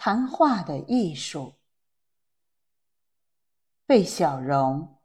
谈话的艺术。费小荣。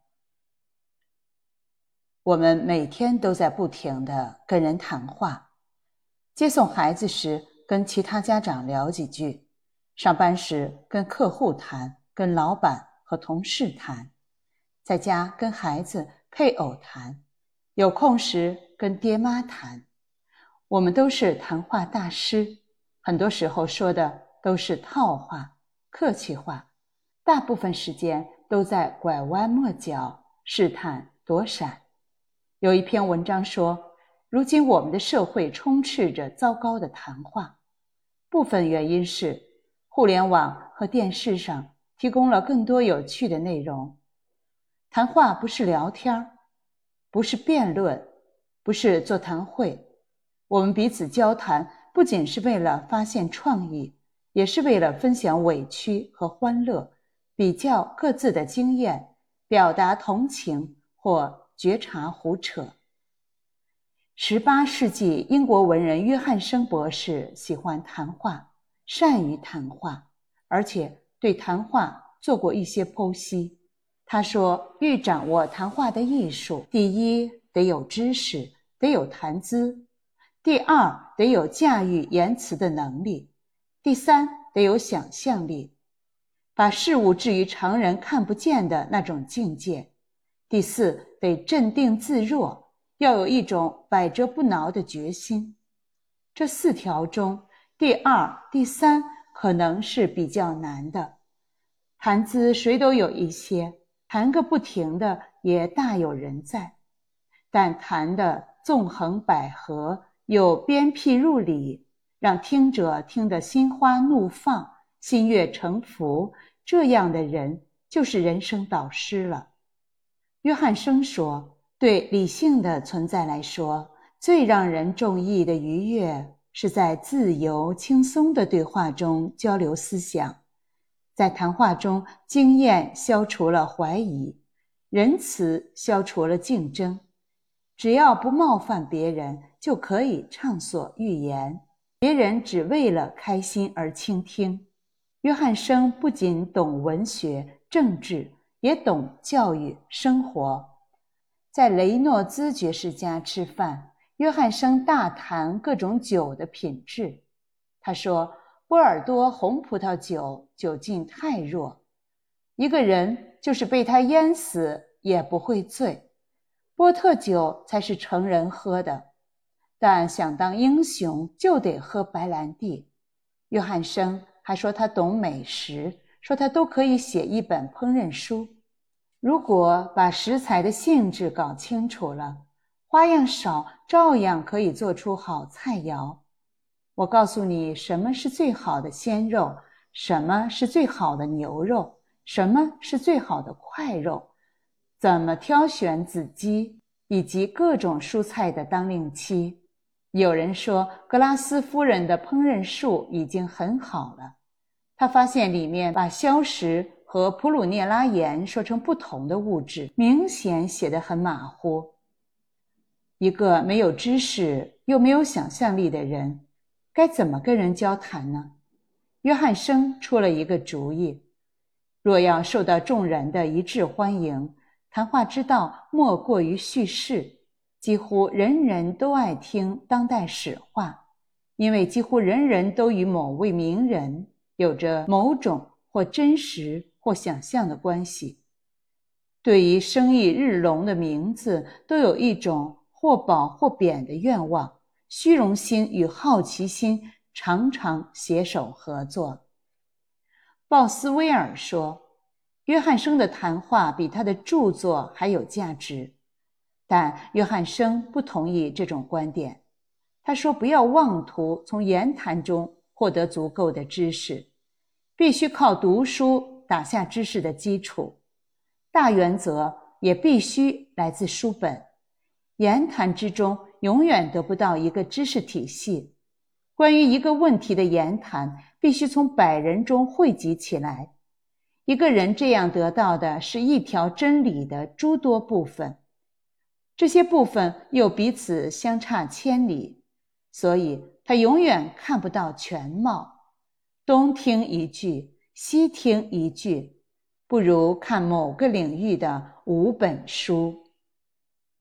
我们每天都在不停地跟人谈话，接送孩子时跟其他家长聊几句，上班时跟客户谈，跟老板和同事谈，在家跟孩子、配偶谈，有空时跟爹妈谈。我们都是谈话大师，很多时候说的都是套话、客气话，大部分时间都在拐弯抹角、试探躲闪。有一篇文章说，如今我们的社会充斥着糟糕的谈话，部分原因是互联网和电视上提供了更多有趣的内容。谈话不是聊天，不是辩论，不是座谈会，我们彼此交谈不仅是为了发现创意，也是为了分享委屈和欢乐，比较各自的经验，表达同情或觉察胡扯。18世纪英国文人约翰生博士喜欢谈话，善于谈话，而且对谈话做过一些剖析。他说，欲掌握谈话的艺术，第一得有知识，得有谈资；第二得有驾驭言辞的能力；第三得有想象力，把事物置于常人看不见的那种境界；第四得镇定自若，要有一种百折不挠的决心。这4条中，第二、第三可能是比较难的。谈资谁都有一些，谈个不停的也大有人在，但谈的纵横捭阖，有鞭辟入里，让听者听得心花怒放，心悦诚服，这样的人就是人生导师了。约翰生说，对理性的存在来说，最让人中意的愉悦是在自由轻松的对话中交流思想。在谈话中，经验消除了怀疑，仁慈消除了竞争，只要不冒犯别人，就可以畅所欲言，别人只为了开心而倾听。约翰生不仅懂文学、政治，也懂教育、生活。在雷诺兹爵士家吃饭，约翰生大谈各种酒的品质。他说，波尔多红葡萄酒酒劲太弱，一个人就是被它淹死也不会醉，波特酒才是成人喝的，但想当英雄就得喝白兰地。约翰生还说他懂美食，说他都可以写一本烹饪书。如果把食材的性质搞清楚了，花样少，照样可以做出好菜肴。我告诉你什么是最好的鲜肉，什么是最好的牛肉，什么是最好的块肉，怎么挑选子鸡，以及各种蔬菜的当令期。有人说格拉斯夫人的烹饪术已经很好了，他发现里面把硝石和普鲁涅拉盐说成不同的物质，明显写得很马虎。一个没有知识又没有想象力的人，该怎么跟人交谈呢？约翰生出了一个主意，若要受到众人的一致欢迎，谈话之道莫过于叙事。几乎人人都爱听当代史话，因为几乎人人都与某位名人有着某种或真实或想象的关系。对于生意日隆的名字，都有一种或褒或贬的愿望，虚荣心与好奇心常常携手合作。鲍斯威尔说，约翰生的谈话比他的著作还有价值。但约翰生不同意这种观点，他说不要妄图从言谈中获得足够的知识，必须靠读书打下知识的基础，大原则也必须来自书本。言谈之中永远得不到一个知识体系，关于一个问题的言谈必须从100人中汇集起来，一个人这样得到的是一条真理的诸多部分，这些部分又彼此相差千里，所以他永远看不到全貌。 东听一句，西听一句，不如看某个领域的5本书。